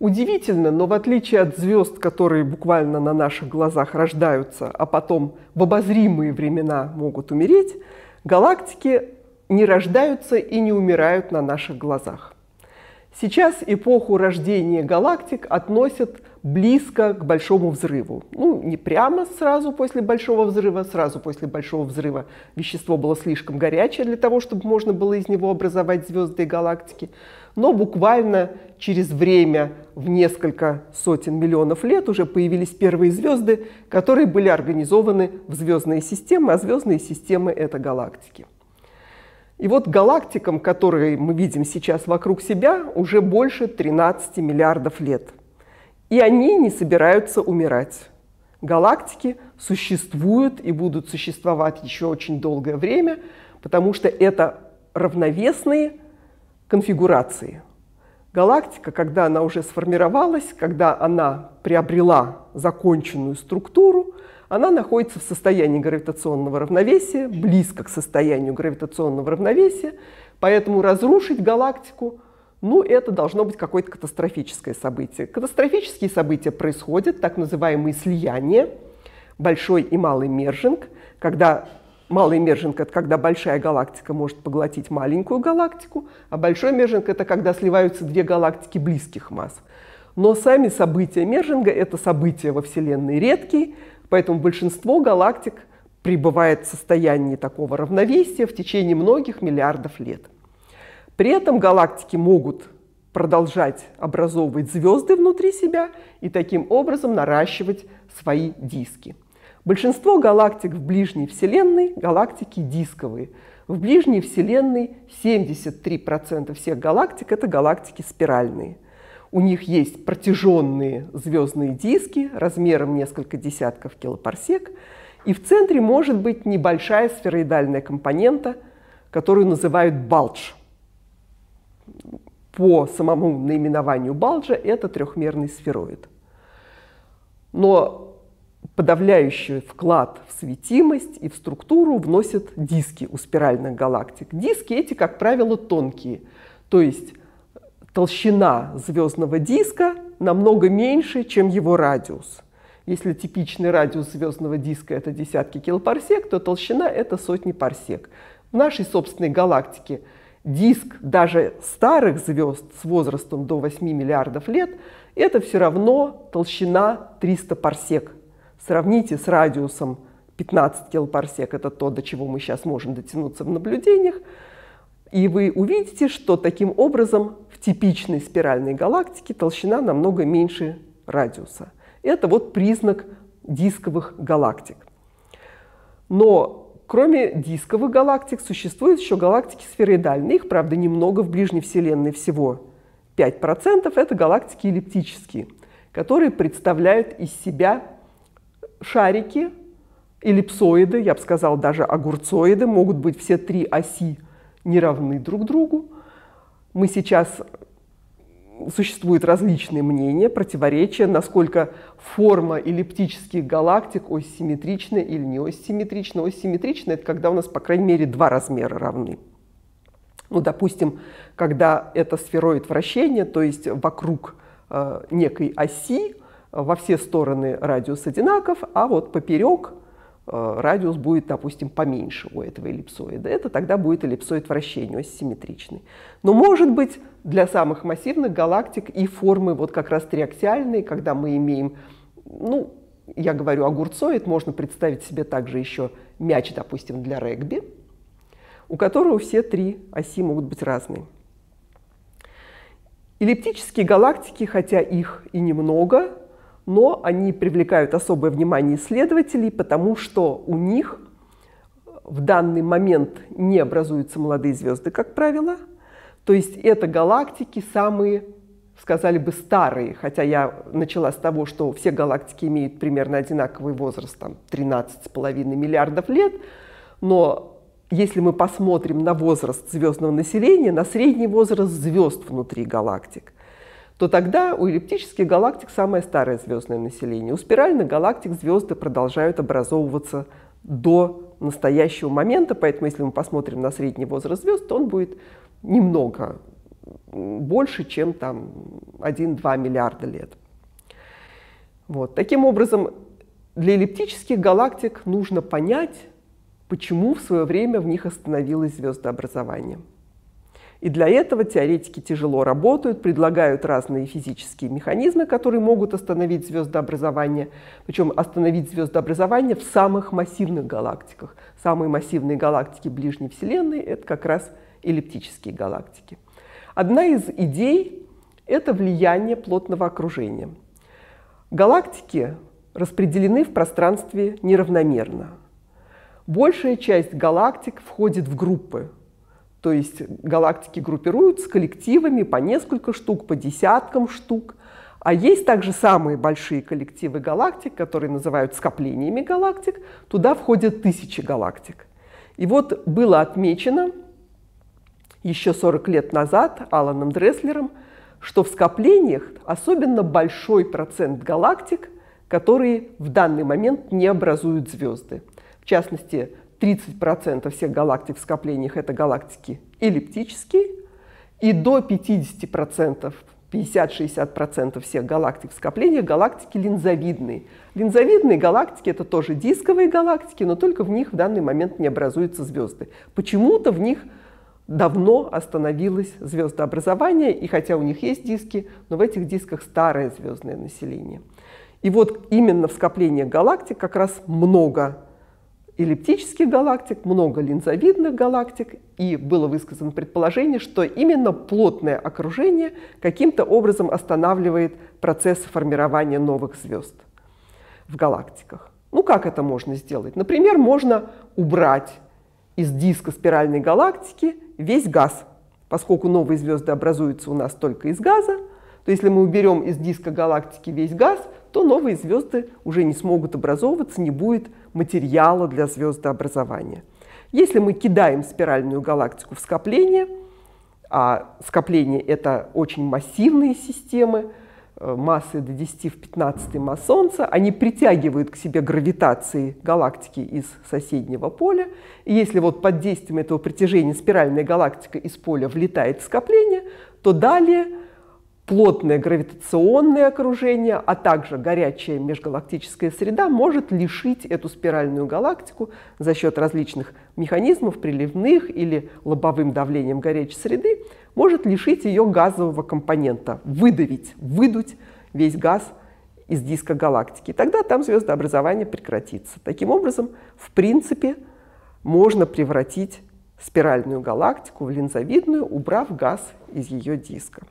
Удивительно, но в отличие от звезд, которые буквально на наших глазах рождаются, а потом в обозримые времена могут умереть, галактики не рождаются и не умирают на наших глазах. Сейчас эпоху рождения галактик относят близко к Большому взрыву. Ну, не прямо сразу после Большого взрыва. Сразу после Большого взрыва вещество было слишком горячее для того, чтобы можно было из него образовать звезды и галактики. Но буквально через время, в несколько сотен миллионов лет, уже появились первые звезды, которые были организованы в звездные системы, а звездные системы — это галактики. И вот галактикам, которые мы видим сейчас вокруг себя, уже больше 13 миллиардов лет. И они не собираются умирать. Галактики существуют и будут существовать еще очень долгое время, потому что это равновесные конфигурации. Галактика, когда она уже сформировалась, когда она приобрела законченную структуру, она находится в состоянии гравитационного равновесия, близко к состоянию гравитационного равновесия, поэтому разрушить галактику, ну, это должно быть какое-то катастрофическое событие. Катастрофические события происходят, так называемые слияния, большой и малый мержинг, когда малый мержинг — это когда большая галактика может поглотить маленькую галактику, а большой мержинг — это когда сливаются две галактики близких масс. Но сами события мержинга — это события во Вселенной редкие, поэтому большинство галактик пребывает в состоянии такого равновесия в течение многих миллиардов лет. При этом галактики могут продолжать образовывать звезды внутри себя и таким образом наращивать свои диски. Большинство галактик в ближней Вселенной — галактики дисковые. В ближней Вселенной 73% всех галактик — это галактики спиральные. У них есть протяженные звездные диски размером несколько десятков килопарсек, и в центре может быть небольшая сфероидальная компонента, которую называют балдж. По самому наименованию балджа это трехмерный сфероид. Но подавляющий вклад в светимость и в структуру вносят диски у спиральных галактик. Диски эти, как правило, тонкие, то есть толщина звездного диска намного меньше, чем его радиус. Если типичный радиус звездного диска — это десятки килопарсек, то толщина — это сотни парсек. В нашей собственной галактике диск даже старых звезд с возрастом до 8 миллиардов лет — это все равно толщина 300 парсек. Сравните с радиусом 15 килопарсек, это то, до чего мы сейчас можем дотянуться в наблюдениях, и вы увидите, что таким образом в типичной спиральной галактике толщина намного меньше радиуса. Это вот признак дисковых галактик. Но кроме дисковых галактик существуют еще галактики сфероидальные. Их, правда, немного, в ближней Вселенной всего 5%. Это галактики эллиптические, которые представляют из себя шарики, эллипсоиды, я бы сказала, даже огурцоиды. Могут быть все три оси не равны друг другу. Существуют различные мнения, противоречия, насколько форма эллиптических галактик ось симметрична или не ось симметрична. Ось симметрична — это когда у нас, по крайней мере, два размера равны. Ну, допустим, когда это сфероид вращения, то есть вокруг некой оси во все стороны радиус одинаков, а вот поперек радиус будет, допустим, поменьше у этого эллипсоида. Это тогда будет эллипсоид вращения, ось симметричный. Но может быть для самых массивных галактик и формы вот как раз триаксиальные, когда мы имеем, ну, я говорю огурцоид, можно представить себе также еще мяч, допустим, для регби, у которого все три оси могут быть разные. Эллиптические галактики, хотя их и немного, но они привлекают особое внимание исследователей, потому что у них в данный момент не образуются молодые звезды, как правило. То есть это галактики самые, сказали бы, старые, хотя я начала с того, что все галактики имеют примерно одинаковый возраст, там 13,5 миллиардов лет, но если мы посмотрим на возраст звездного населения, на средний возраст звезд внутри галактик, то тогда у эллиптических галактик самое старое звездное население. У спиральных галактик звезды продолжают образовываться до настоящего момента, поэтому если мы посмотрим на средний возраст звезд, то он будет немного больше, чем там 1-2 миллиарда лет. Вот. Таким образом, для эллиптических галактик нужно понять, почему в свое время в них остановилось звездообразование. И для этого теоретики тяжело работают, предлагают разные физические механизмы, которые могут остановить звездообразование. Причем остановить звездообразование в самых массивных галактиках. Самые массивные галактики ближней Вселенной — это как раз эллиптические галактики. Одна из идей — это влияние плотного окружения. Галактики распределены в пространстве неравномерно. Большая часть галактик входит в группы. То есть галактики группируются коллективами по несколько штук, по десяткам штук. А есть также самые большие коллективы галактик, которые называют скоплениями галактик. Туда входят тысячи галактик. И вот было отмечено еще 40 лет назад Аланом Дреслером, что в скоплениях особенно большой процент галактик, которые в данный момент не образуют звезды. В частности, 30% всех галактик в скоплениях — это галактики эллиптические, и до 50%, 50-60% всех галактик в скоплениях — галактики линзовидные. Линзовидные галактики — это тоже дисковые галактики, но только в них в данный момент не образуются звезды. Почему-то в них давно остановилось звездообразование, и хотя у них есть диски, но в этих дисках старое звездное население. И вот именно в скоплениях галактик как раз много эллиптических галактик, много линзовидных галактик, и было высказано предположение, что именно плотное окружение каким-то образом останавливает процесс формирования новых звезд в галактиках. Ну, как это можно сделать? Например, можно убрать из диска спиральной галактики весь газ, поскольку новые звезды образуются у нас только из газа. То если мы уберем из диска галактики весь газ, то новые звезды уже не смогут образовываться, не будет материала для звездообразования. Если мы кидаем спиральную галактику в скопление, а скопления — это очень массивные системы, массой до 10 в 15 масс Солнца, они притягивают к себе гравитацией галактики из соседнего поля. И если вот под действием этого притяжения спиральная галактика из поля влетает в скопление, то далее плотное гравитационное окружение, а также горячая межгалактическая среда может лишить эту спиральную галактику за счет различных механизмов, приливных или лобовым давлением горячей среды, может лишить ее газового компонента, выдуть весь газ из диска галактики. Тогда там звездообразование прекратится. Таким образом, в принципе, можно превратить спиральную галактику в линзовидную, убрав газ из ее диска.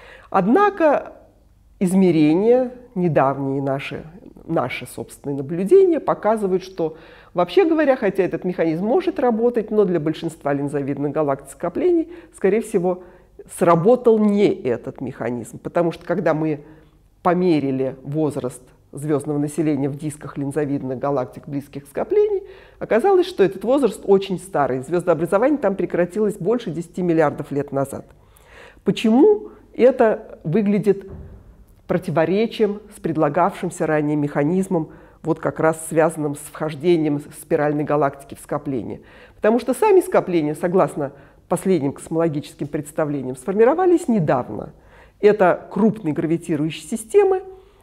Однако измерения, недавние наши собственные наблюдения показывают, что, вообще говоря, хотя этот механизм может работать, но для большинства линзовидных галактик скоплений, скорее всего, сработал не этот механизм. Потому что когда мы померили возраст звездного населения в дисках линзовидных галактик, близких к скоплений, оказалось, что этот возраст очень старый. Звездообразование там прекратилось больше 10 миллиардов лет назад. Почему? Это выглядит противоречием с предлагавшимся ранее механизмом, вот как раз связанным с вхождением спиральной галактики в скопление. Потому что сами скопления, согласно последним космологическим представлениям, сформировались недавно. Это крупные гравитирующие системы,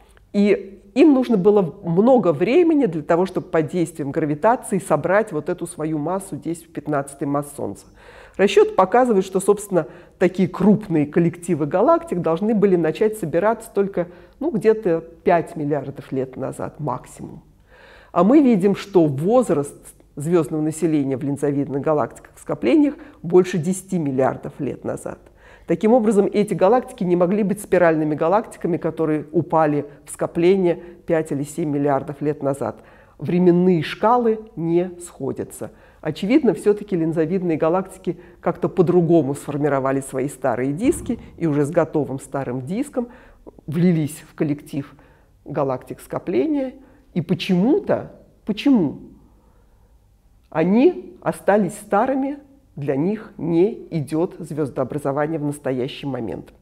и им нужно было много времени для того, чтобы под действием гравитации собрать вот эту свою массу 10 в 15 масс Солнца. Расчет показывает, что, собственно, такие крупные коллективы галактик должны были начать собираться только где-то 5 миллиардов лет назад максимум. А мы видим, что возраст звездного населения в линзовидных галактиках в скоплениях больше 10 миллиардов лет назад. Таким образом, эти галактики не могли быть спиральными галактиками, которые упали в скопление 5 или 7 миллиардов лет назад. Временные шкалы не сходятся. Очевидно, все-таки линзовидные галактики как-то по-другому сформировали свои старые диски и уже с готовым старым диском влились в коллектив галактик скопления. И почему они остались старыми, для них не идет звездообразование в настоящий момент.